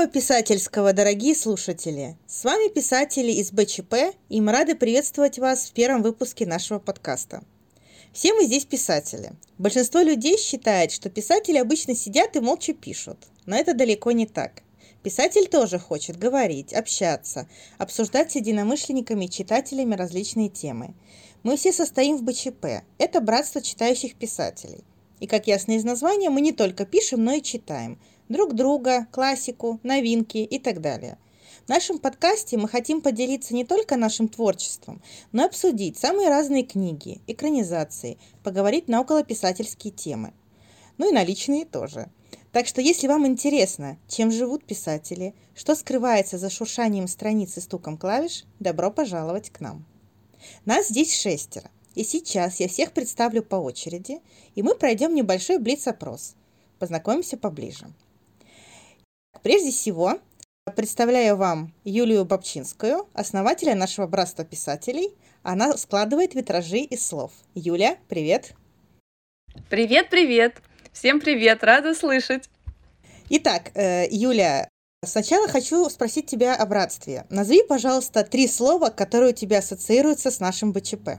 Доброго писательского, дорогие слушатели! С вами писатели из БЧП, и мы рады приветствовать вас в первом выпуске нашего подкаста. Все мы здесь писатели. Большинство людей считает, что писатели обычно сидят и молча пишут, но это далеко не так. Писатель тоже хочет говорить, общаться, обсуждать с единомышленниками и читателями различные темы. Мы все состоим в БЧП. Это братство читающих писателей. И, как ясно из названия, мы не только пишем, но и читаем. Друг друга, классику, новинки и так далее. В нашем подкасте мы хотим поделиться не только нашим творчеством, но и обсудить самые разные книги, экранизации, поговорить на околописательские темы. Ну и на личные тоже. Так что, если вам интересно, чем живут писатели, что скрывается за шуршанием страниц и стуком клавиш, добро пожаловать к нам. Нас здесь 6. И сейчас я всех представлю по очереди, и мы пройдем небольшой блиц-опрос. Познакомимся поближе. Прежде всего, представляю вам Юлию Бобчинскую, основателя нашего братства писателей. Она складывает витражи из слов. Юля, привет! Привет! Всем привет! Рада слышать! Итак, Юля, сначала хочу спросить тебя о братстве. Назови, пожалуйста, 3 слова, которые у тебя ассоциируются с нашим БЧП.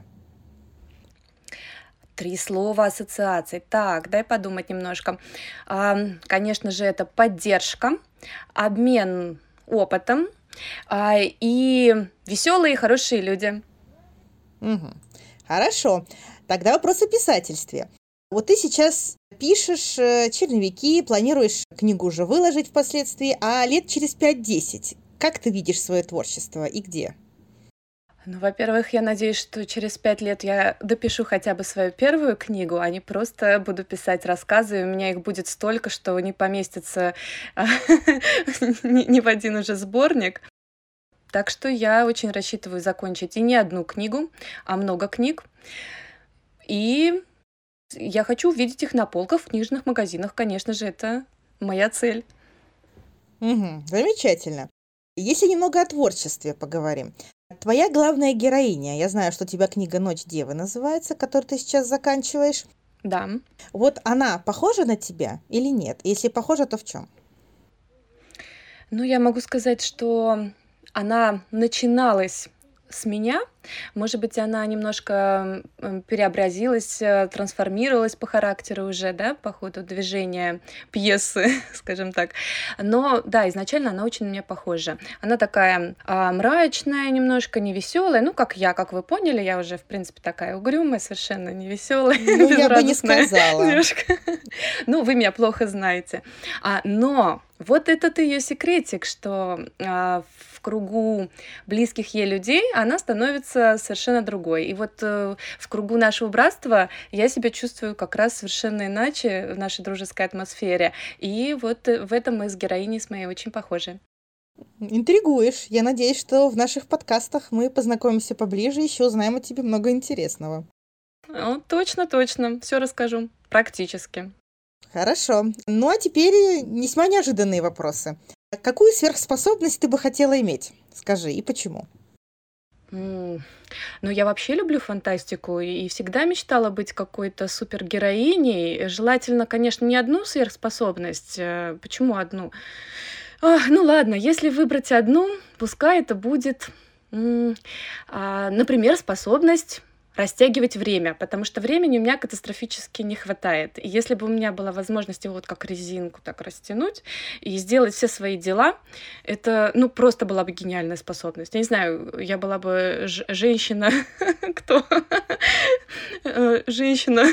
3 слова ассоциаций. Так, дай подумать немножко. Конечно же, это поддержка, обмен опытом и веселые и хорошие люди. Угу. Хорошо. Тогда вопрос о писательстве. Вот ты сейчас пишешь черновики, планируешь книгу уже выложить впоследствии, а лет через 5-10 как ты видишь свое творчество и где? Ну, во-первых, я надеюсь, что через 5 лет я допишу хотя бы свою первую книгу, а не просто буду писать рассказы, и у меня их будет столько, что не поместится ни в один уже сборник. Так что я очень рассчитываю закончить и не одну книгу, а много книг. И я хочу увидеть их на полках в книжных магазинах. Конечно же, это моя цель. Угу, замечательно. Если немного о творчестве поговорим. Твоя главная героиня, я знаю, что у тебя книга «Ночь Девы» называется, которую ты сейчас заканчиваешь. Да. Вот она похожа на тебя или нет? Если похожа, то в чем? Ну, я могу сказать, что она начиналась с меня. Может быть, она немножко преобразилась, трансформировалась по характеру уже, да, по ходу движения пьесы, скажем так. Но, да, изначально она очень на меня похожа. Она такая мрачная, немножко невеселая. Ну, как я, как вы поняли, я уже, в принципе, такая угрюмая, совершенно невеселая, Ну, я бы не сказала. девушка. Ну, вы меня плохо знаете. Но вот этот ее секретик, что в кругу близких ей людей она становится совершенно другой. И вот в кругу нашего братства я себя чувствую как раз совершенно иначе в нашей дружеской атмосфере. И вот в этом мы с героиней с моей очень похожи. Интригуешь. Я надеюсь, что в наших подкастах мы познакомимся поближе, еще узнаем о тебе много интересного. Точно. Все расскажу. Практически. Хорошо. Ну, а теперь весьма неожиданные вопросы. Какую сверхспособность ты бы хотела иметь? Скажи, и почему? Ну, я вообще люблю фантастику и всегда мечтала быть какой-то супергероиней. Желательно, конечно, не одну сверхспособность. Почему одну? Ну ладно, если выбрать одну, пускай это будет, например, способность растягивать время, потому что времени у меня катастрофически не хватает. И если бы у меня была возможность его вот как резинку так растянуть и сделать все свои дела, это, ну, просто была бы гениальная способность. Я не знаю, я была бы женщина... Кто? Женщина...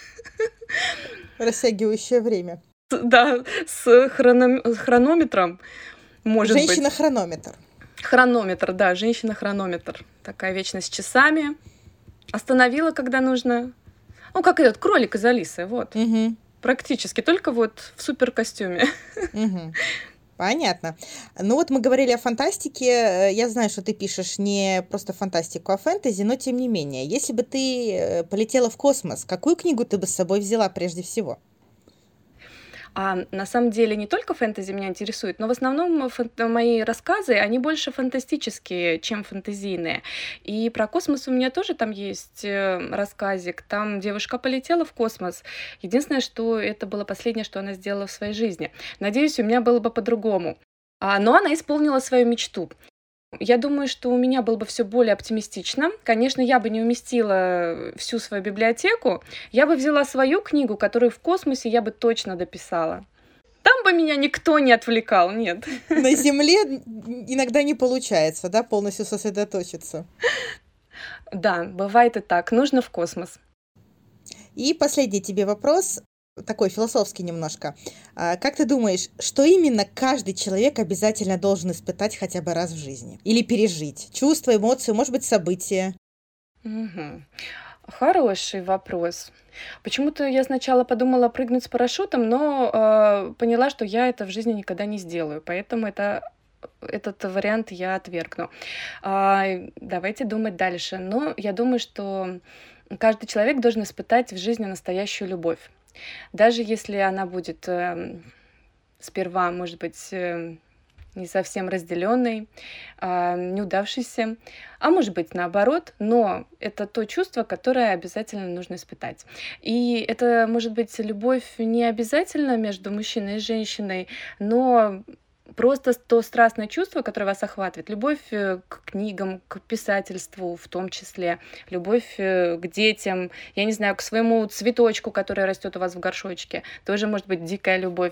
Растягивающее время. Да, с хронометром, может быть. Женщина-хронометр. Хронометр, да, женщина-хронометр. Такая вечно с часами. Остановила, когда нужно. Ну, как этот кролик из Алисы, вот. Угу. Практически, только вот в суперкостюме. Угу. Понятно. Ну вот мы говорили о фантастике. Я знаю, что ты пишешь не просто фантастику, а фэнтези, но тем не менее. Если бы ты полетела в космос, какую книгу ты бы с собой взяла прежде всего? На самом деле не только фэнтези меня интересует, но в основном мои рассказы, они больше фантастические, чем фэнтезийные. И про космос у меня тоже там есть рассказик. Там девушка полетела в космос. Единственное, что это было последнее, что она сделала в своей жизни. Надеюсь, у меня было бы по-другому. Но она исполнила свою мечту. Я думаю, что у меня было бы все более оптимистично. Конечно, я бы не уместила всю свою библиотеку. Я бы взяла свою книгу, которую в космосе я бы точно дописала. Там бы меня никто не отвлекал, нет. На Земле иногда не получается, да, полностью сосредоточиться. Да, бывает и так. Нужно в космос. И последний тебе вопрос, такой философский немножко. Как ты думаешь, что именно каждый человек обязательно должен испытать хотя бы раз в жизни? Или пережить? Чувства, эмоции, может быть, события? Мгм. Хороший вопрос. Почему-то я сначала подумала прыгнуть с парашютом, но поняла, что я это в жизни никогда не сделаю, поэтому этот вариант я отвергну. Давайте думать дальше. Но я думаю, что каждый человек должен испытать в жизни настоящую любовь. Даже если она будет сперва, может быть, не совсем разделенной, неудавшейся, а может быть наоборот, но это то чувство, которое обязательно нужно испытать. И это может быть любовь не обязательно между мужчиной и женщиной, но просто то страстное чувство, которое вас охватывает. Любовь к книгам, к писательству в том числе, любовь к детям, я не знаю, к своему цветочку, который растет у вас в горшочке. Тоже может быть дикая любовь.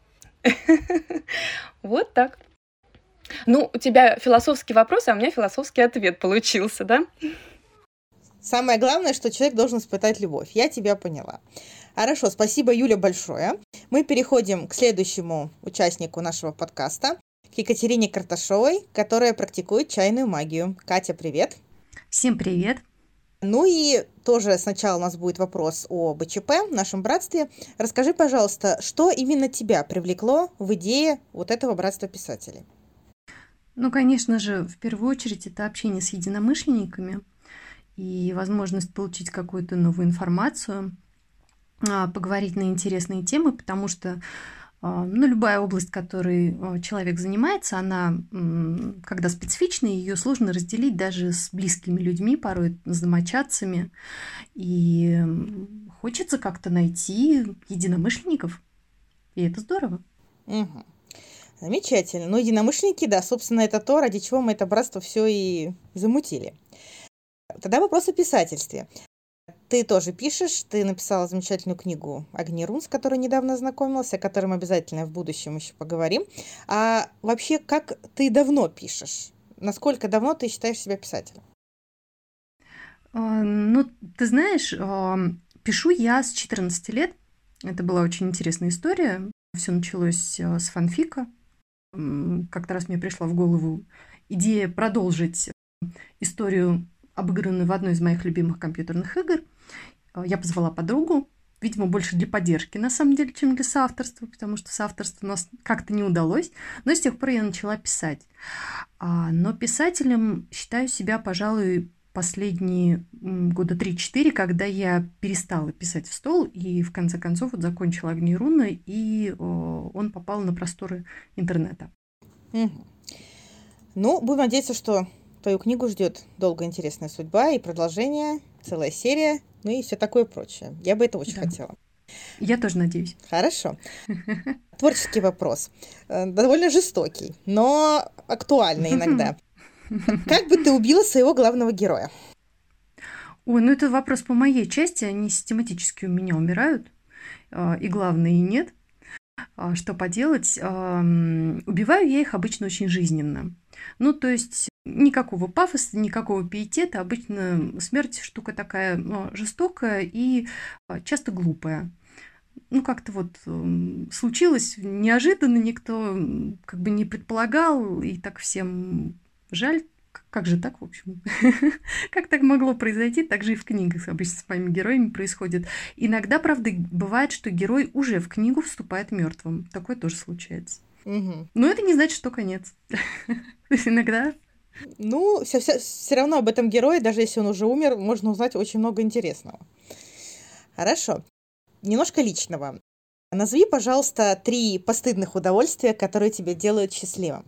Вот так. Ну, у тебя философский вопрос, а у меня философский ответ получился, да? Самое главное, что человек должен испытать любовь. Я тебя поняла. Хорошо, спасибо, Юля, большое. Мы переходим к следующему участнику нашего подкаста, к Екатерине Карташовой, которая практикует чайную магию. Катя, привет. Всем привет. Ну и тоже сначала у нас будет вопрос о БЧП, нашем братстве. Расскажи, пожалуйста, что именно тебя привлекло в идее вот этого братства писателей? Ну, конечно же, в первую очередь это общение с единомышленниками и возможность получить какую-то новую информацию, поговорить на интересные темы, потому что любая область, которой человек занимается, она, когда специфична, ее сложно разделить даже с близкими людьми, порой с домочадцами. И хочется как-то найти единомышленников, и это здорово. Угу. Замечательно. Ну, единомышленники, да, собственно, это то, ради чего мы это братство все и замутили. Тогда вопрос о писательстве. Ты тоже пишешь, ты написала замечательную книгу «Огни рун», с которой недавно ознакомилась, о которой мы обязательно в будущем еще поговорим. А вообще, как ты давно пишешь? Насколько давно ты считаешь себя писателем? Ну, ты знаешь, пишу я с 14 лет. Это была очень интересная история. Все началось с фанфика. Как-то раз мне пришла в голову идея продолжить историю, обыгранную в одной из моих любимых компьютерных игр. Я позвала подругу, видимо, больше для поддержки, на самом деле, чем для соавторства, потому что соавторство у нас как-то не удалось. Но с тех пор я начала писать. Но писателем считаю себя, пожалуй, последние года 3-4, когда я перестала писать в стол и, в конце концов, вот закончила «Огни руны», и он попал на просторы интернета. Угу. Ну, будем надеяться, что твою книгу ждет долгая интересная судьба и продолжение, целая серия, ну и все такое прочее. Я бы это очень хотела. Я тоже надеюсь. Хорошо. Творческий вопрос. Довольно жестокий, но актуальный иногда. Как бы ты убила своего главного героя? Ой, ну это вопрос по моей части. Они систематически у меня умирают. И главное, и нет. Что поделать? Убиваю я их обычно очень жизненно. Ну, то есть никакого пафоса, никакого пиетета. Обычно смерть штука такая жестокая и часто глупая. Ну, как-то вот случилось неожиданно, никто как бы не предполагал, и так всем жаль. Как же так, в общем? Как так могло произойти? Так же и в книгах обычно с моими героями происходит. Иногда, правда, бывает, что герой уже в книгу вступает мертвым. Такое тоже случается. Угу. Но это не значит, что конец. Иногда. Ну, все равно об этом герое, даже если он уже умер, можно узнать очень много интересного. Хорошо. Немножко личного. Назови, пожалуйста, 3 постыдных удовольствия, которые тебя делают счастливым.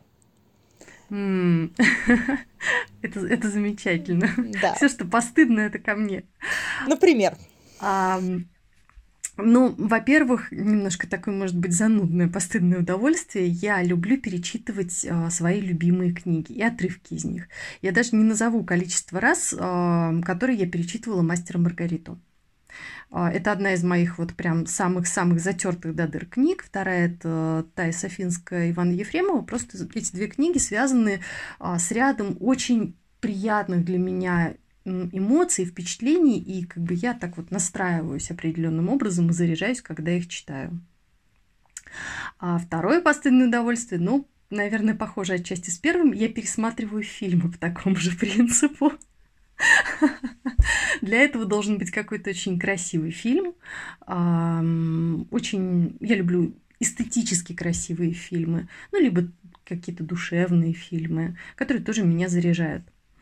Это замечательно. Да. Все, что постыдно, это ко мне. Например? Ну, во-первых, немножко такое, может быть, занудное, постыдное удовольствие. Я люблю перечитывать свои любимые книги и отрывки из них. Я даже не назову количество раз, которые я перечитывала «Мастера и Маргариту». Это одна из моих вот прям самых-самых затертых до дыр книг. Вторая – это Тайя Софинская, Ивана Ефремова. Просто эти две книги связаны с рядом очень приятных для меня эмоций, впечатлений, и как бы я так вот настраиваюсь определенным образом и заряжаюсь, когда их читаю. А второе постыдное удовольствие, ну, наверное, похоже отчасти с первым, я пересматриваю фильмы по такому же принципу. Для этого должен быть какой-то очень красивый фильм. Очень я люблю эстетически красивые фильмы, ну, либо какие-то душевные фильмы, которые тоже меня заряжают.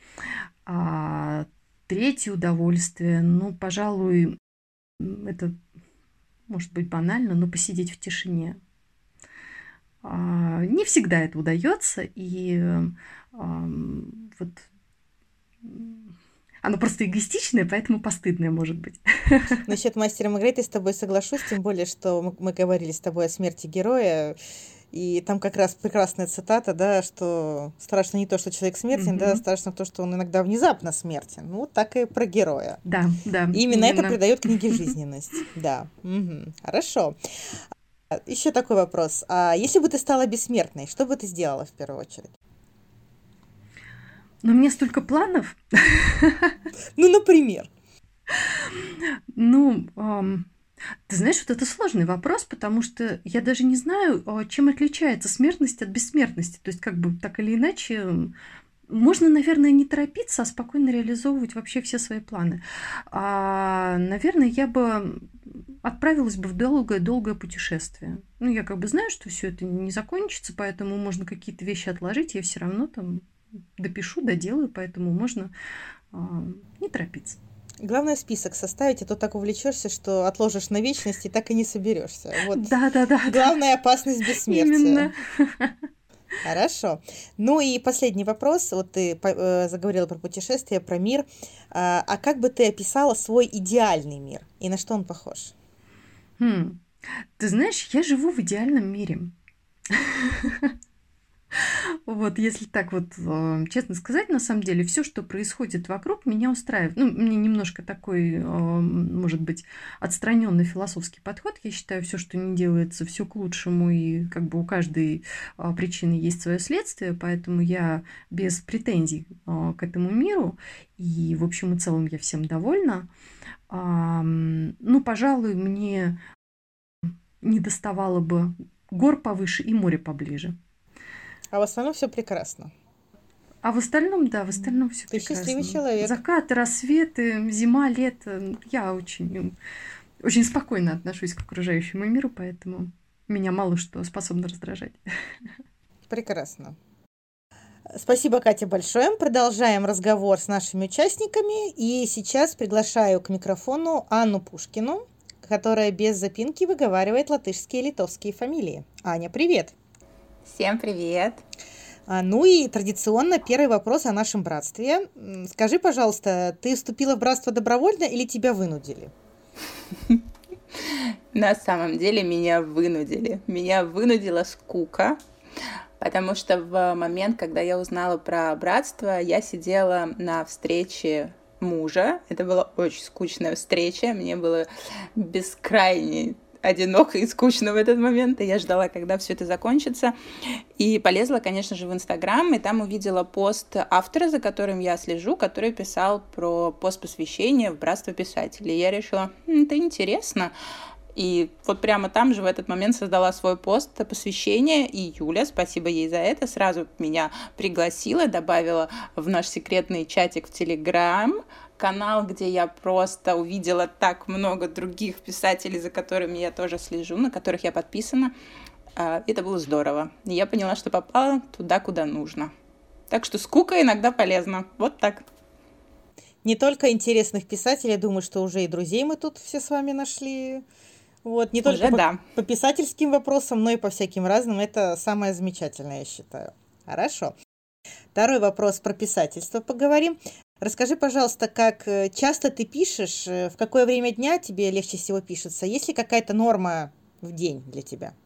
Третье удовольствие, ну, пожалуй, это может быть банально, но посидеть в тишине. Не всегда это удается, и вот оно просто эгоистичное, поэтому постыдное, может быть. Насчет «Мастера и Маргариты» с тобой соглашусь, тем более, что мы говорили с тобой о смерти героя, и там как раз прекрасная цитата, да, что страшно не то, что человек смертен, да, страшно то, что он иногда внезапно смертен. Ну, так и про героя. Да. И именно это придает книге жизненность. Да. Хорошо. Еще такой вопрос. А если бы ты стала бессмертной, что бы ты сделала в первую очередь? Но у меня столько планов. Ну, например. Ну, ты знаешь, вот это сложный вопрос, потому что я даже не знаю, чем отличается смертность от бессмертности. То есть, как бы так или иначе, можно, наверное, не торопиться, а спокойно реализовывать вообще все свои планы. Наверное, я бы отправилась бы в долгое путешествие. Ну, я как бы знаю, что все это не закончится, поэтому можно какие-то вещи отложить, я все равно там допишу, доделаю, поэтому можно не торопиться. Главное список составить, а то так увлечешься, что отложишь на вечность и так и не соберешься. Вот. Да. Главная опасность бессмертия. Именно. Хорошо. Ну и последний вопрос. Вот ты заговорила про путешествия, про мир. А как бы ты описала свой идеальный мир? И на что он похож? Ты знаешь, я живу в идеальном мире. Вот, если так вот честно сказать, на самом деле, все, что происходит вокруг, меня устраивает. Ну, мне немножко такой, может быть, отстраненный философский подход. Я считаю, все, что не делается, все к лучшему, и как бы у каждой причины есть свое следствие, поэтому я без претензий к этому миру, и в общем и целом я всем довольна. Ну, пожалуй, мне не доставало бы гор повыше и моря поближе. А в основном все прекрасно. А в остальном, да, все прекрасно. Ты счастливый человек. Закаты, рассветы, зима, лето. Я очень спокойно отношусь к окружающему миру, поэтому меня мало что способно раздражать. Прекрасно. Спасибо, Катя, большое. Продолжаем разговор с нашими участниками. И сейчас приглашаю к микрофону Анну Пушкину, которая без запинки выговаривает латышские и литовские фамилии. Аня, привет! Всем привет! Ну и традиционно первый вопрос о нашем братстве. Скажи, пожалуйста, ты вступила в братство добровольно или тебя вынудили? На самом деле меня вынудили. Меня вынудила скука, потому что в момент, когда я узнала про братство, я сидела на встрече мужа. Это была очень скучная встреча. Мне было бескрайне одиноко и скучно в этот момент, и я ждала, когда все это закончится, и полезла, конечно же, в Инстаграм, и там увидела пост автора, за которым я слежу, который писал про пост-посвящение в Братство писателей. И я решила, это интересно, и вот прямо там же в этот момент создала свой пост посвящения, и Юля, спасибо ей за это, сразу меня пригласила, добавила в наш секретный чатик в Телеграм, канал, где я просто увидела так много других писателей, за которыми я тоже слежу, на которых я подписана. Это было здорово. И я поняла, что попала туда, куда нужно. Так что скука иногда полезна. Вот так. Не только интересных писателей, думаю, что уже и друзей мы тут все с вами нашли. Вот, не только по писательским вопросам, но и по всяким разным. Это самое замечательное, я считаю. Хорошо. Второй вопрос про писательство поговорим. Расскажи, пожалуйста, как часто ты пишешь, в какое время дня тебе легче всего пишется? Есть ли какая-то норма в день для тебя?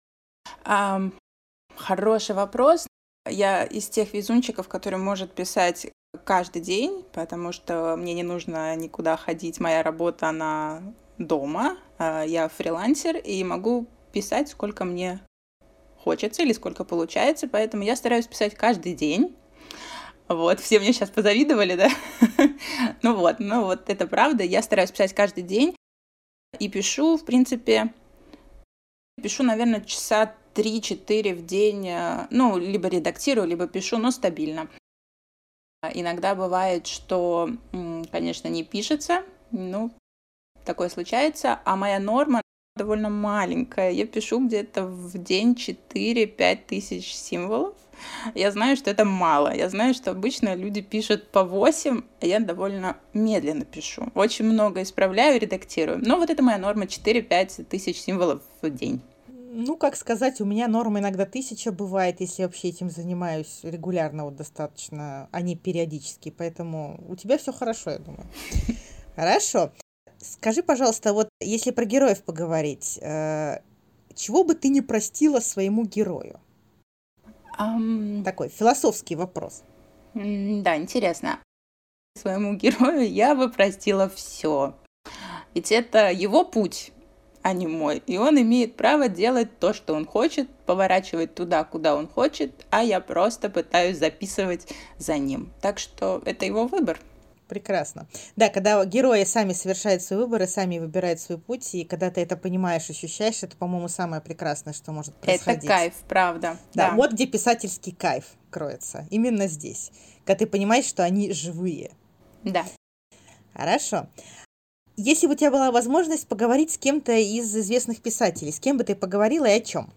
Ам, Хороший вопрос. Я из тех везунчиков, который может писать каждый день, потому что мне не нужно никуда ходить. Моя работа, она дома. Я фрилансер и могу писать, сколько мне хочется или сколько получается, поэтому я стараюсь писать каждый день. Вот, все мне сейчас позавидовали, да? Ну вот, это правда. Я стараюсь писать каждый день и пишу, в принципе, наверное, часа 3-4 в день, ну, либо редактирую, либо пишу, но стабильно. Иногда бывает, что, конечно, не пишется, ну, такое случается, а моя норма довольно маленькая. Я пишу где-то в день 4-5 тысяч символов. Я знаю, что это мало. Я знаю, что обычно люди пишут по 8, а я довольно медленно пишу. Очень много исправляю, редактирую. Но вот это моя норма 4-5 тысяч символов в день. Ну, как сказать, у меня норма иногда 1000 бывает, если я вообще этим занимаюсь регулярно, вот достаточно, а не периодически. Поэтому у тебя все хорошо, я думаю. Хорошо. Скажи, пожалуйста, вот если про героев поговорить, чего бы ты не простила своему герою? Такой философский вопрос. Да, интересно. Своему герою я бы простила все. Ведь это его путь, а не мой. И он имеет право делать то, что он хочет, поворачивать туда, куда он хочет, а я просто пытаюсь записывать за ним. Так что это его выбор. Прекрасно. Да, когда герои сами совершают свои выборы, сами выбирают свой путь, и когда ты это понимаешь, ощущаешь, это, по-моему, самое прекрасное, что может происходить. Это кайф, правда. Да, вот где писательский кайф кроется. Именно здесь. Когда ты понимаешь, что они живые. Да. Хорошо. Если бы у тебя была возможность поговорить с кем-то из известных писателей, с кем бы ты поговорила и о чем?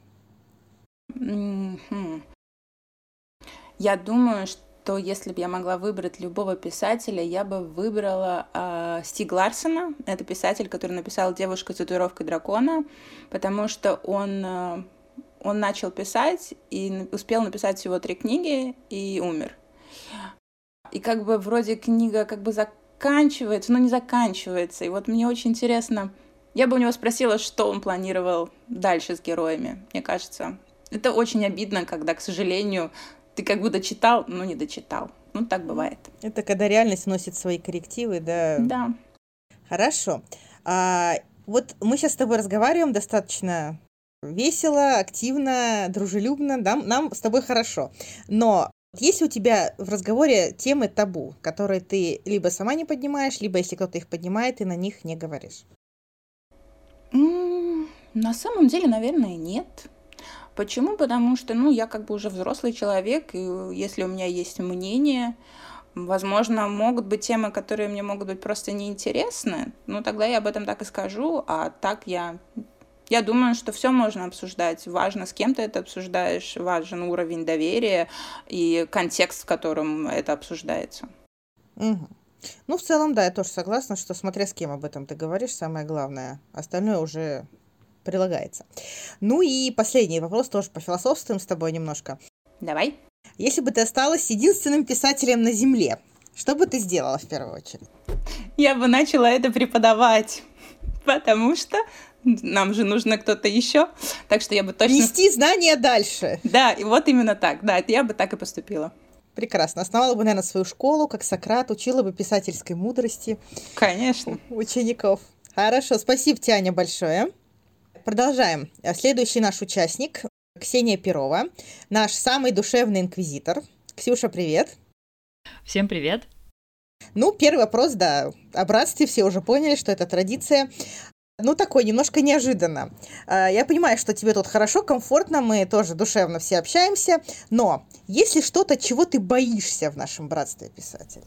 Я думаю, что если бы я могла выбрать любого писателя, я бы выбрала Стиг Ларсона. Это писатель, который написал «Девушка с татуировкой дракона», потому что он начал писать и успел написать всего 3 книги и умер. И как бы вроде книга как бы заканчивается, но не заканчивается. И вот мне очень интересно, я бы у него спросила, что он планировал дальше с героями. Мне кажется, это очень обидно, когда, к сожалению, ты как бы дочитал, но не дочитал. Ну, так бывает. Это когда реальность вносит свои коррективы, да? Да. Хорошо. Вот мы сейчас с тобой разговариваем достаточно весело, активно, дружелюбно. Нам с тобой хорошо. Но есть ли у тебя в разговоре темы табу, которые ты либо сама не поднимаешь, либо если кто-то их поднимает, ты на них не говоришь? На самом деле, наверное, нет. Почему? Потому что, я как бы уже взрослый человек, и если у меня есть мнение, возможно, могут быть темы, которые мне могут быть просто неинтересны, тогда я об этом так и скажу, а так я думаю, что все можно обсуждать. Важно, с кем ты это обсуждаешь, важен уровень доверия и контекст, в котором это обсуждается. Угу. Ну, в целом, да, я тоже согласна, что смотря с кем об этом ты говоришь, самое главное, остальное уже прилагается. Ну и последний вопрос, тоже пофилософствуем с тобой немножко. Давай. Если бы ты осталась единственным писателем на Земле, что бы ты сделала в первую очередь? Я бы начала это преподавать, потому что нам же нужно кто-то еще, так что я бы точно... Нести знания дальше. Да, и вот именно так, да, я бы так и поступила. Прекрасно. Основала бы, наверное, свою школу, как Сократ, учила бы писательской мудрости. Конечно. Учеников. Хорошо, спасибо, Таня, большое. Продолжаем. Следующий наш участник – Ксения Перова, наш самый душевный инквизитор. Ксюша, привет. Всем привет. Ну, первый вопрос, да, о братстве все уже поняли, что это традиция. Такой, немножко неожиданно. Я понимаю, что тебе тут хорошо, комфортно, мы тоже душевно все общаемся, но есть ли что-то, чего ты боишься в нашем братстве писателей?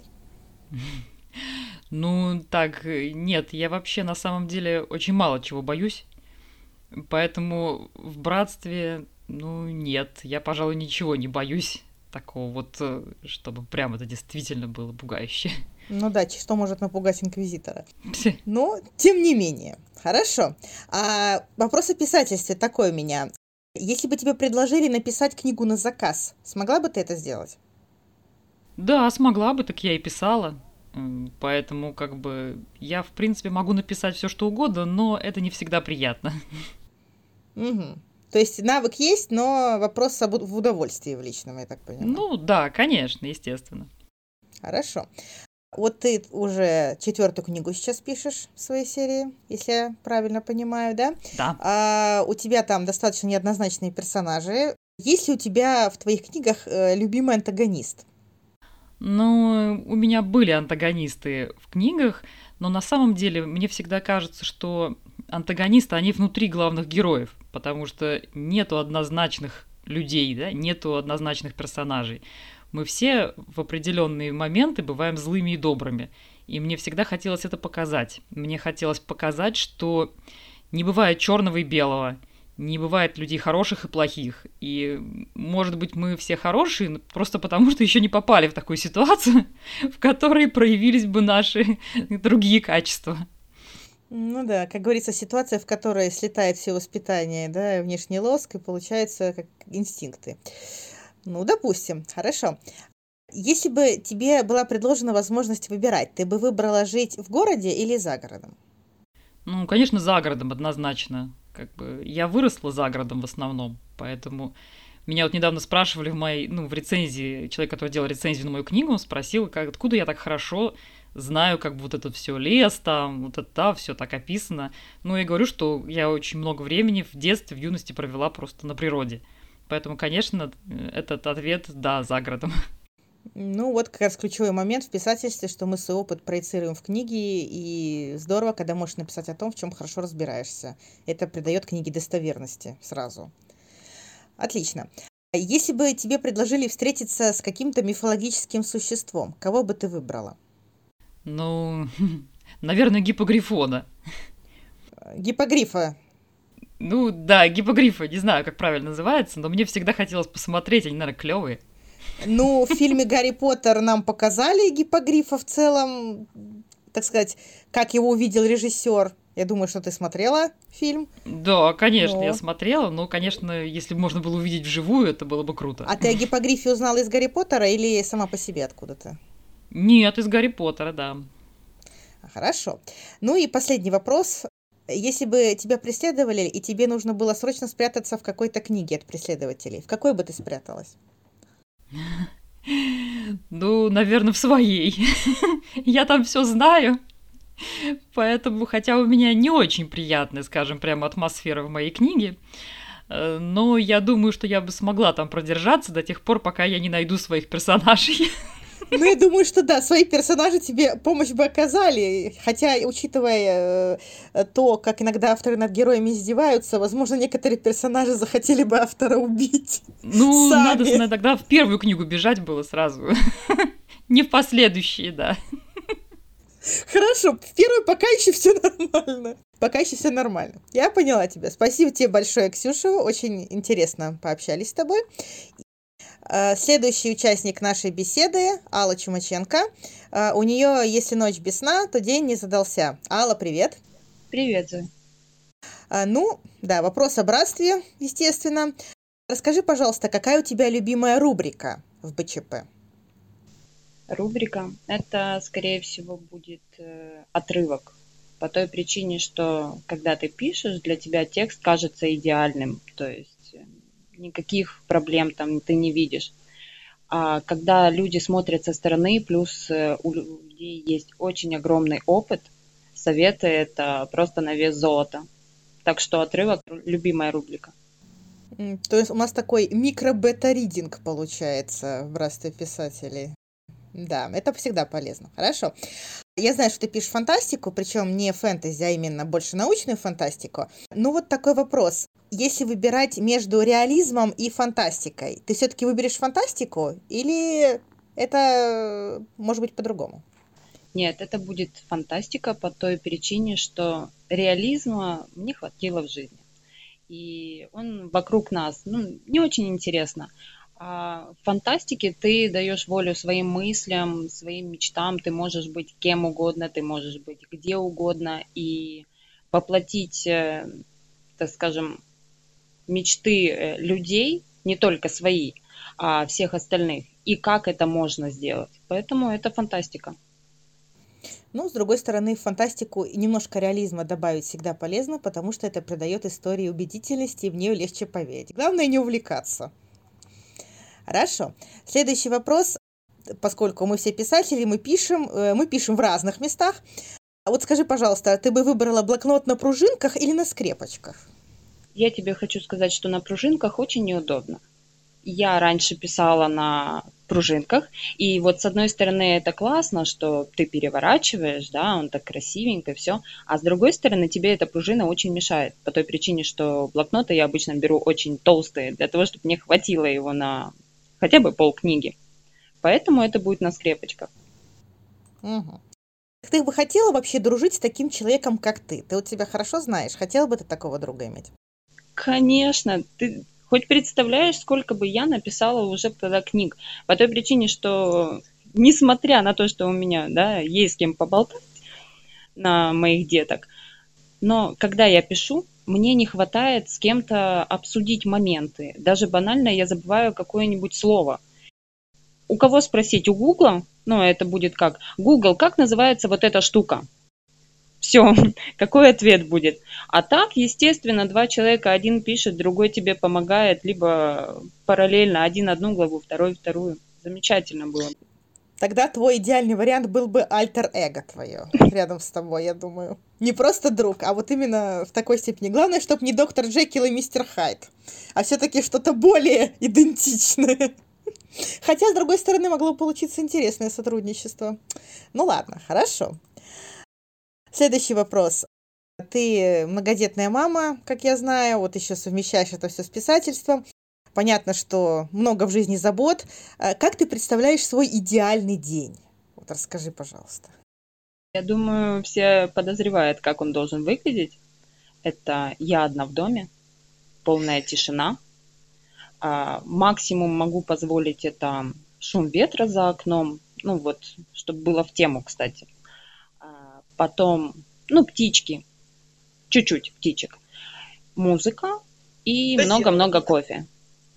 Нет, я вообще на самом деле очень мало чего боюсь, поэтому в братстве, нет, я, пожалуй, ничего не боюсь такого вот, чтобы прям это действительно было пугающе. Ну да, что может напугать инквизитора? Но, тем не менее. Хорошо. А вопрос о писательстве такой у меня. Если бы тебе предложили написать книгу на заказ, смогла бы ты это сделать? Да, смогла бы, так я и писала. Поэтому как бы я, в принципе, могу написать все, что угодно, но это не всегда приятно. Мгм. То есть навык есть, но вопрос в удовольствии в личном, я так понимаю. Ну да, конечно, естественно. Хорошо. Вот ты уже 4-ю книгу сейчас пишешь в своей серии, если я правильно понимаю, да? Да. У тебя там достаточно неоднозначные персонажи. Есть ли у тебя в твоих книгах любимый антагонист? Ну, у меня были антагонисты в книгах, но на самом деле мне всегда кажется, что антагонисты, они внутри главных героев, потому что нету однозначных людей, да, нету однозначных персонажей. Мы все в определенные моменты бываем злыми и добрыми. И мне всегда хотелось это показать. Мне хотелось показать, что не бывает черного и белого, не бывает людей хороших и плохих. И, может быть, мы все хорошие, просто потому что еще не попали в такую ситуацию, в которой проявились бы наши другие качества. Ну да, как говорится, ситуация, в которой слетает все воспитание, да, и внешний лоск, и получается как инстинкты. Ну, допустим, хорошо. Если бы тебе была предложена возможность выбирать, ты бы выбрала жить в городе или за городом? Ну, конечно, за городом однозначно. Как бы я выросла за городом в основном, поэтому меня вот недавно спрашивали в рецензии, человек, который делал рецензию на мою книгу, он спросил, откуда я так хорошо знаю, как бы вот это все лес там, вот это все так описано. Ну, я говорю, что я очень много времени в детстве, в юности провела просто на природе. Поэтому, конечно, этот ответ «да», за городом. Ну, вот как раз ключевой момент в писательстве, что мы свой опыт проецируем в книги, и здорово, когда можешь написать о том, в чем хорошо разбираешься. Это придает книге достоверности сразу. Отлично. Если бы тебе предложили встретиться с каким-то мифологическим существом, кого бы ты выбрала? Ну, наверное, гиппогрифона. Гиппогрифа. Ну, да, гиппогрифа, не знаю, как правильно называется, но мне всегда хотелось посмотреть, они, наверное, клевые. Ну, в фильме «Гарри Поттер» нам показали гиппогрифа в целом, так сказать, как его увидел режиссер. Я думаю, что ты смотрела фильм. Да, конечно, я Но... смотрела, но, конечно, если бы можно было увидеть вживую, это было бы круто. А ты о гиппогрифе узнала из «Гарри Поттера» или сама по себе откуда-то? Нет, из Гарри Поттера, да. Хорошо. Ну и последний вопрос. Если бы тебя преследовали, и тебе нужно было срочно спрятаться в какой-то книге от преследователей, в какой бы ты спряталась? Ну, наверное, в своей. Я там все знаю. Поэтому, хотя у меня не очень приятная, скажем, прямо атмосфера в моей книге, но я думаю, что я бы смогла там продержаться до тех пор, пока я не найду своих персонажей. Ну, я думаю, что да, свои персонажи тебе помощь бы оказали, хотя, учитывая то, как иногда авторы над героями издеваются, возможно, некоторые персонажи захотели бы автора убить. Ну, сами. надо тогда в первую книгу бежать было сразу, не в последующие, да. Хорошо, в первой пока еще все нормально. Пока еще все нормально. Я поняла тебя. Спасибо тебе большое, Ксюша. Очень интересно пообщались с тобой. Следующий участник нашей беседы – Алла Чумаченко. У нее «Если ночь без сна, то день не задался». Алла, привет. Привет, Зоя. Ну, да, вопрос о братстве, естественно. Расскажи, пожалуйста, какая у тебя любимая рубрика в БЧП? Рубрика – это, скорее всего, будет отрывок. По той причине, что когда ты пишешь, для тебя текст кажется идеальным. То есть никаких проблем там ты не видишь. А когда люди смотрят со стороны, плюс у людей есть очень огромный опыт, советы – это просто на вес золота. Так что отрывок – любимая рубрика. То есть у нас такой микро-бета-ридинг получается в братстве писателей. Да, это всегда полезно. Хорошо. Я знаю, что ты пишешь фантастику, причем не фэнтези, а именно больше научную фантастику. Ну вот такой вопрос. Если выбирать между реализмом и фантастикой, ты все-таки выберешь фантастику или это может быть по-другому? Нет, это будет фантастика по той причине, что реализма мне хватило в жизни. И он вокруг нас, не очень интересно. А в фантастике ты даешь волю своим мыслям, своим мечтам, ты можешь быть кем угодно, ты можешь быть где угодно и воплотить, так скажем, мечты людей, не только свои, всех остальных, и как это можно сделать. Поэтому это фантастика. Ну, с другой стороны, в фантастику немножко реализма добавить всегда полезно, потому что это придает истории убедительности, и в нее легче поверить. Главное не увлекаться. Хорошо. Следующий вопрос. Поскольку мы все писатели, мы пишем в разных местах. А вот скажи, пожалуйста, ты бы выбрала блокнот на пружинках или на скрепочках? Я тебе хочу сказать, что на пружинках очень неудобно. Я раньше писала на пружинках, и вот с одной стороны это классно, что ты переворачиваешь, да, он так красивенько, все, а с другой стороны тебе эта пружина очень мешает, по той причине, что блокноты я обычно беру очень толстые, для того, чтобы мне хватило его на хотя бы полкниги. Поэтому это будет на скрепочках. Угу. Ты бы хотела вообще дружить с таким человеком, как ты? Ты вот себя хорошо знаешь. Хотела бы ты такого друга иметь? Конечно, ты хоть представляешь, сколько бы я написала уже тогда книг. По той причине, что несмотря на то, что у меня, да, есть с кем поболтать на моих деток, но когда я пишу, мне не хватает с кем-то обсудить моменты. Даже банально я забываю какое-нибудь слово. У кого спросить? У Гугла? Ну, это будет как? Google, как называется вот эта штука? Все, какой ответ будет? А так, естественно, два человека, один пишет, другой тебе помогает, либо параллельно, один одну главу, второй вторую. Замечательно было. Тогда твой идеальный вариант был бы альтер-эго твое рядом с тобой, я думаю. Не просто друг, а вот именно в такой степени. Главное, чтобы не доктор Джекил и мистер Хайд, а все-таки что-то более идентичное. Хотя, с другой стороны, могло получиться интересное сотрудничество. Ну ладно, хорошо. Следующий вопрос. Ты многодетная мама, как я знаю, вот еще совмещаешь это все с писательством. Понятно, что много в жизни забот. Как ты представляешь свой идеальный день? Вот расскажи, пожалуйста. Я думаю, все подозревают, как он должен выглядеть. Это я одна в доме, полная тишина. Максимум могу позволить это шум ветра за окном. Ну вот, чтобы было в тему, кстати. Потом, птички. Чуть-чуть птичек. Музыка и много-много кофе.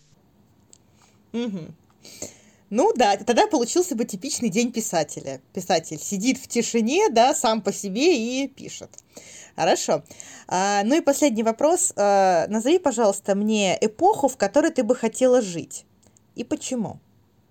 Угу. Ну да, тогда получился бы типичный день писателя. Писатель сидит в тишине, да, сам по себе и пишет. Хорошо. Ну и последний вопрос. Назови, пожалуйста, мне эпоху, в которой ты бы хотела жить. И почему?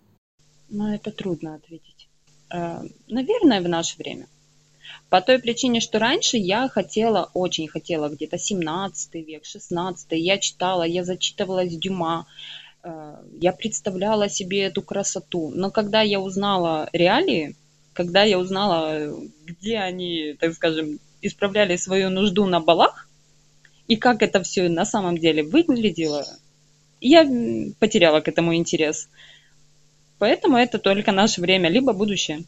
Это трудно ответить. Наверное, в наше время. По той причине, что раньше я очень хотела где-то 17 век, 16. Я читала, я зачитывалась Дюма. Я представляла себе эту красоту. Но когда я узнала реалии, когда я узнала, где они, так скажем, исправляли свою нужду на балах, и как это все на самом деле выглядело, я потеряла к этому интерес. Поэтому это только наше время, либо будущее.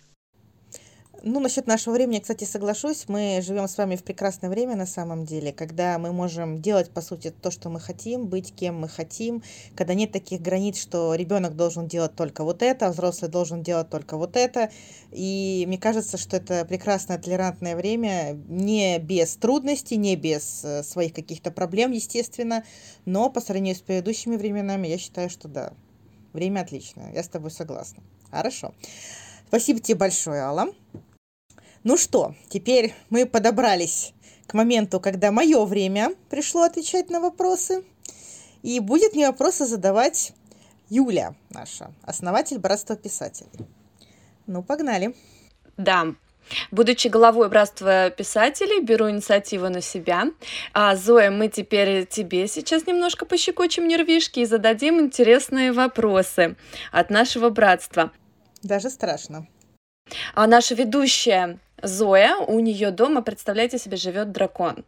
Ну, насчет нашего времени, кстати, соглашусь. Мы живем с вами в прекрасное время на самом деле, когда мы можем делать, по сути, то, что мы хотим, быть кем мы хотим, когда нет таких границ, что ребенок должен делать только вот это, а взрослый должен делать только вот это. И мне кажется, что это прекрасное, толерантное время, не без трудностей, не без своих каких-то проблем, естественно, но по сравнению с предыдущими временами, я считаю, что да, время отличное. Я с тобой согласна. Хорошо. Спасибо тебе большое, Алла. Ну что, теперь мы подобрались к моменту, когда мое время пришло отвечать на вопросы. И будет мне вопросы задавать Юля, наша, основатель Братства писателей. Ну, погнали. Да. Будучи главой Братства писателей, беру инициативу на себя. Зоя, мы теперь тебе сейчас немножко пощекочем нервишки и зададим интересные вопросы от нашего братства. Даже страшно. Наша ведущая Зоя, у нее дома, представляете себе, живет дракон.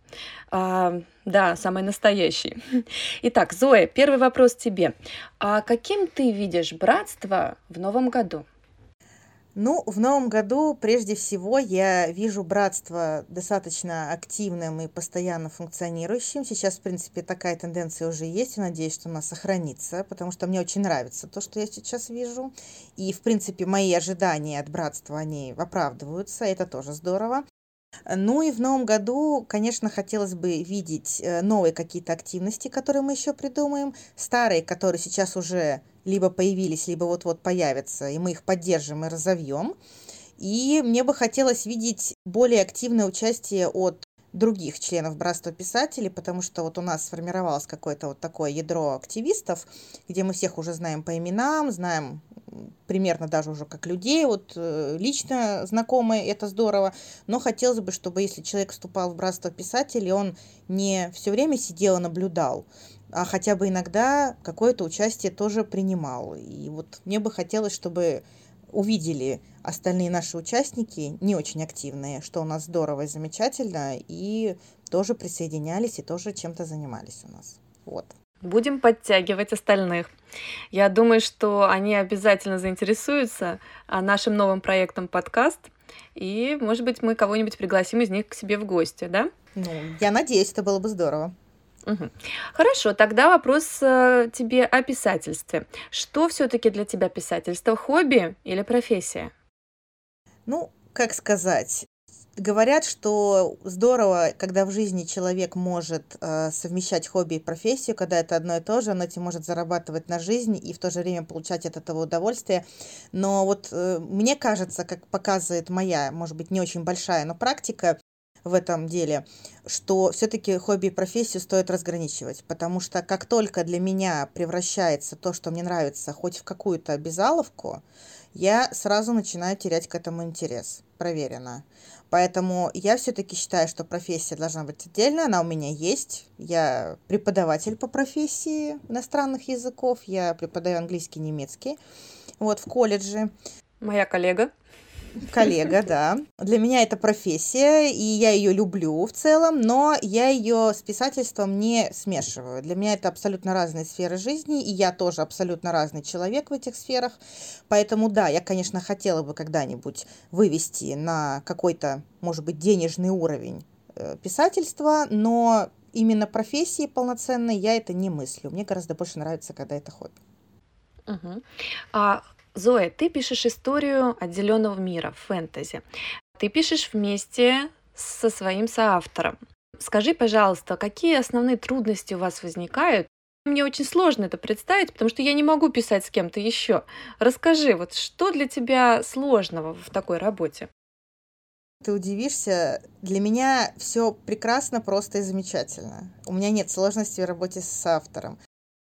Да, самый настоящий. Итак, Зоя, первый вопрос тебе. Каким ты видишь братство в новом году? Ну, в новом году, прежде всего, я вижу братство достаточно активным и постоянно функционирующим. Сейчас, в принципе, такая тенденция уже есть, и надеюсь, что она сохранится, потому что мне очень нравится то, что я сейчас вижу. И, в принципе, мои ожидания от братства, они оправдываются, это тоже здорово. Ну и в новом году, конечно, хотелось бы видеть новые какие-то активности, которые мы еще придумаем, старые, которые сейчас уже либо появились, либо вот-вот появятся, и мы их поддержим и разовьем. И мне бы хотелось видеть более активное участие от других членов Братства писателей, потому что вот у нас сформировалось какое-то вот такое ядро активистов, где мы всех уже знаем по именам, знаем примерно даже уже как людей, вот лично знакомые, это здорово, но хотелось бы, чтобы если человек вступал в Братство писателей, он не все время сидел и наблюдал, а хотя бы иногда какое-то участие тоже принимал. И вот мне бы хотелось, чтобы увидели остальные наши участники, не очень активные, что у нас здорово и замечательно, и тоже присоединялись, и тоже чем-то занимались у нас. Вот. Будем подтягивать остальных. Я думаю, что они обязательно заинтересуются нашим новым проектом подкаст, и, может быть, мы кого-нибудь пригласим из них к себе в гости, да? Ну, я надеюсь, это было бы здорово. Угу. Хорошо, тогда вопрос тебе о писательстве. Что все-таки для тебя писательство? Хобби или профессия? Ну, как сказать, говорят, что здорово, когда в жизни человек может совмещать хобби и профессию, когда это одно и то же, он этим может зарабатывать на жизнь и в то же время получать от этого удовольствие. Но вот мне кажется, как показывает моя, может быть, не очень большая, но практика в этом деле, что все-таки хобби и профессию стоит разграничивать, потому что как только для меня превращается то, что мне нравится, хоть в какую-то обязаловку, я сразу начинаю терять к этому интерес. Проверено. Поэтому я все-таки считаю, что профессия должна быть отдельно, она у меня есть. Я преподаватель по профессии иностранных языков, я преподаю английский, немецкий, вот, в колледже. Моя коллега. Коллега, да. Для меня это профессия, и я ее люблю в целом, но я ее с писательством не смешиваю. Для меня это абсолютно разные сферы жизни, и я тоже абсолютно разный человек в этих сферах. Поэтому, да, я, конечно, хотела бы когда-нибудь вывести на какой-то, может быть, денежный уровень писательства, но именно профессии полноценной я это не мыслю. Мне гораздо больше нравится, когда это хобби. Угу. Зоя, ты пишешь историю отделенного мира, фэнтези. Ты пишешь вместе со своим соавтором. Скажи, пожалуйста, какие основные трудности у вас возникают? Мне очень сложно это представить, потому что я не могу писать с кем-то еще. Расскажи, вот что для тебя сложного в такой работе? Ты удивишься, для меня все прекрасно, просто и замечательно. У меня нет сложностей в работе с соавтором.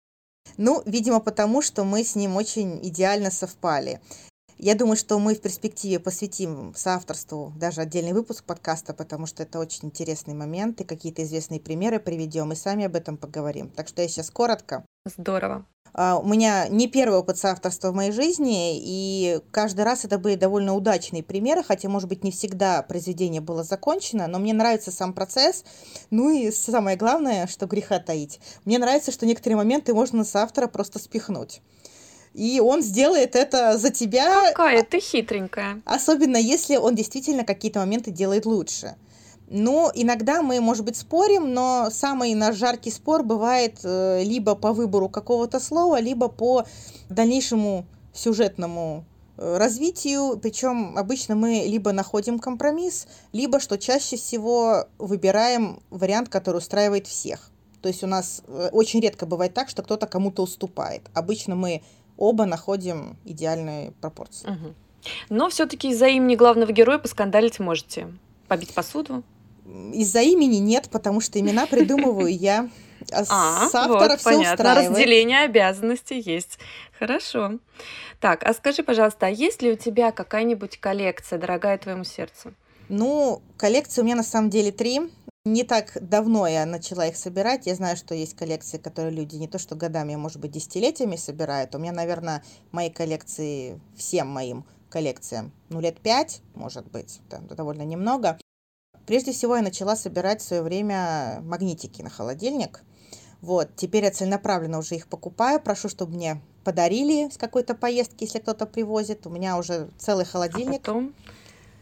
Ну, видимо, потому что мы с ним очень идеально совпали. Я думаю, что мы в перспективе посвятим соавторству даже отдельный выпуск подкаста, потому что это очень интересный момент, и какие-то известные примеры приведем, и сами об этом поговорим. Так что я сейчас коротко. Здорово. У меня не первый опыт соавторства в моей жизни, и каждый раз это были довольно удачные примеры, хотя, может быть, не всегда произведение было закончено, но мне нравится сам процесс. Ну и самое главное, что греха таить, мне нравится, что некоторые моменты можно на соавтора просто спихнуть. И он сделает это за тебя. Какая ты хитренькая. Особенно если он действительно какие-то моменты делает лучше. Ну, иногда мы, может быть, спорим, но самый наш жаркий спор бывает либо по выбору какого-то слова, либо по дальнейшему сюжетному развитию. Причем обычно мы либо находим компромисс, либо, что чаще всего, выбираем вариант, который устраивает всех. То есть у нас очень редко бывает так, что кто-то кому-то уступает. Обычно мы оба находим идеальные пропорции. Угу. Но все-таки из-за имени главного героя поскандалить можете. Побить посуду? Из-за имени нет, потому что имена придумываю я. С автора вот, все понятно. устраивает. Разделение обязанностей есть. Хорошо. Так, а скажи, пожалуйста, а есть ли у тебя какая-нибудь коллекция, дорогая твоему сердцу? Ну, коллекции у меня на самом деле 3. Не так давно я начала их собирать. Я знаю, что есть коллекции, которые люди не то что годами, а может быть десятилетиями собирают. У меня, наверное, мои коллекции, всем моим коллекциям, лет 5, может быть, это довольно немного. Прежде всего, я начала собирать в свое время магнитики на холодильник. Вот, теперь я целенаправленно уже их покупаю. Прошу, чтобы мне подарили с какой-то поездки, если кто-то привозит. У меня уже целый холодильник. А потом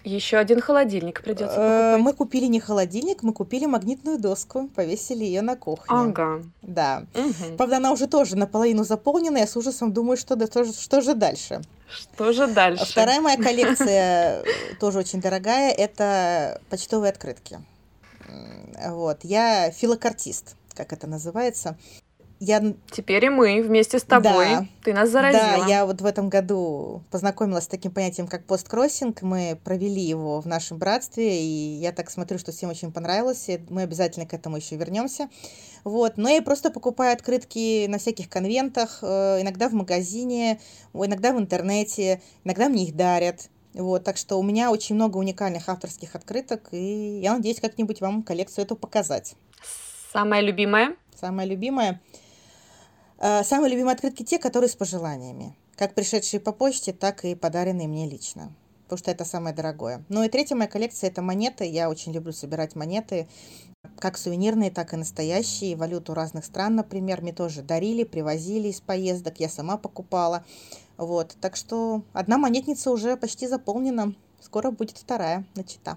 Еще один холодильник придется покупать. Мы купили не холодильник, мы купили магнитную доску, повесили ее на кухне. Ага. Да. Мгм. Правда, она уже тоже наполовину заполнена, я с ужасом думаю, что же дальше. Что же дальше? Вторая моя коллекция, тоже очень дорогая, это почтовые открытки. Вот. Я филокартист, как это называется. Теперь и мы вместе с тобой. Да. Ты нас заразила. Да, я вот в этом году познакомилась с таким понятием, как посткроссинг. Мы провели его в нашем братстве, и я так смотрю, что всем очень понравилось. И мы обязательно к этому еще вернемся. Вот. Но я просто покупаю открытки на всяких конвентах, иногда в магазине, иногда в интернете, иногда мне их дарят. Вот, так что у меня очень много уникальных авторских открыток, и я надеюсь как-нибудь вам коллекцию эту показать. Самая любимая? Самая любимая открытки те, которые с пожеланиями. Как пришедшие по почте, так и подаренные мне лично. Потому что это самое дорогое. Ну и третья моя коллекция – это монеты. Я очень люблю собирать монеты. Как сувенирные, так и настоящие. Валюту разных стран, например. Мне тоже дарили, привозили из поездок. Я сама покупала. Вот. Так что одна монетница уже почти заполнена. Скоро будет вторая начата.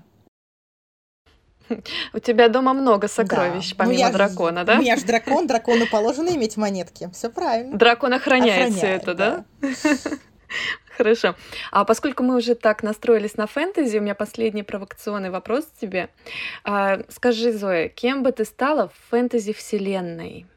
У тебя дома много сокровищ, Да. помимо дракона, да? У меня же дракону положено иметь монетки. Все правильно. Дракон охраняет все Охраняет, это, да? Хорошо. А поскольку мы уже так настроились на фэнтези, у меня последний провокационный вопрос к тебе. Скажи, Зоя, кем бы ты стала в фэнтези-вселенной?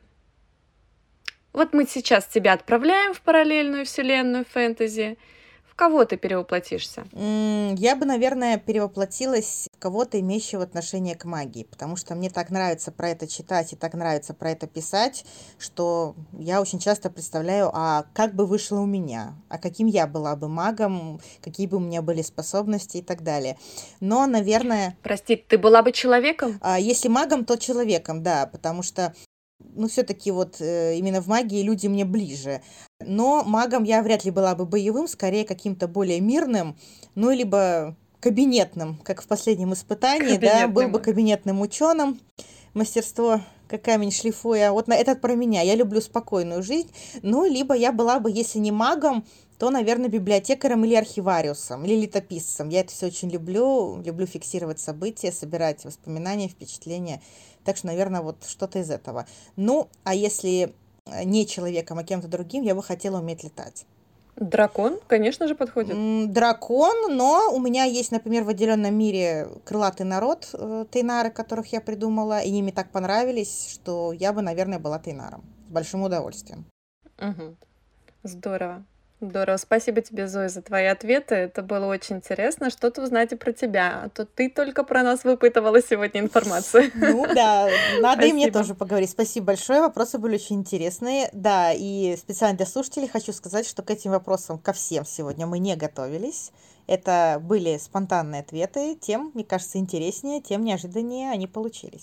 Вот мы сейчас тебя отправляем в параллельную вселенную фэнтези. В кого ты перевоплотишься? Я бы, наверное, перевоплотилась в кого-то, имеющего отношение к магии, потому что мне так нравится про это читать и так нравится про это писать, что я очень часто представляю, а как бы вышло у меня, а каким я была бы магом, какие бы у меня были способности и так далее. Но, наверное... Прости, ты была бы человеком? Если магом, то человеком, да, потому что все-таки вот именно в магии люди мне ближе. Но магом я вряд ли была бы боевым, скорее каким-то более мирным, ну, либо кабинетным, как в последнем испытании, да, был бы кабинетным ученым, мастерство как камень шлифуя. Вот этот про меня. Я люблю спокойную жизнь. Ну, либо я была бы, если не магом, то, наверное, библиотекарем или архивариусом, или летописцем. Я это все очень люблю. Люблю фиксировать события, собирать воспоминания, впечатления. Так что, наверное, вот что-то из этого. Ну, а если не человеком, а кем-то другим, я бы хотела уметь летать. Дракон, конечно же, подходит. Дракон, но у меня есть, например, в отделенном мире крылатый народ, тейнары, которых я придумала, и ими так понравились, что я бы, наверное, была тейнаром. С большим удовольствием. Угу. Здорово. Здорово. Спасибо тебе, Зоя, за твои ответы. Это было очень интересно что-то узнать и про тебя. А то ты только про нас выпытывала сегодня информацию. Ну да, надо и мне тоже поговорить. Спасибо большое, вопросы были очень интересные. Да, и специально для слушателей хочу сказать, что к этим вопросам, ко всем сегодня мы не готовились. Это были спонтанные ответы. Тем, мне кажется, интереснее, тем неожиданнее они получились.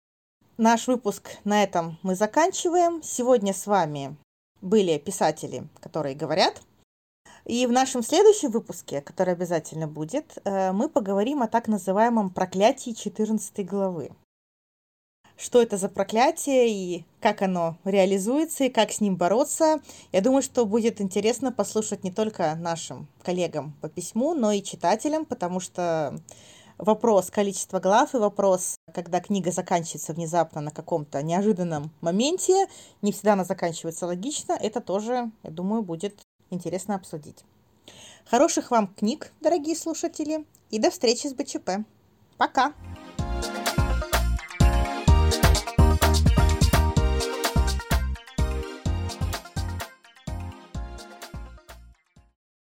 Наш выпуск на этом мы заканчиваем. Сегодня с вами были писатели, которые говорят. И в нашем следующем выпуске, который обязательно будет, мы поговорим о так называемом проклятии 14 главы. Что это за проклятие и как оно реализуется, и как с ним бороться. Я думаю, что будет интересно послушать не только нашим коллегам по письму, но и читателям, потому что вопрос количества глав и вопрос, когда книга заканчивается внезапно на каком-то неожиданном моменте, не всегда она заканчивается логично, это тоже, я думаю, будет интересно обсудить. Хороших вам книг, дорогие слушатели, и до встречи с БЧП. Пока!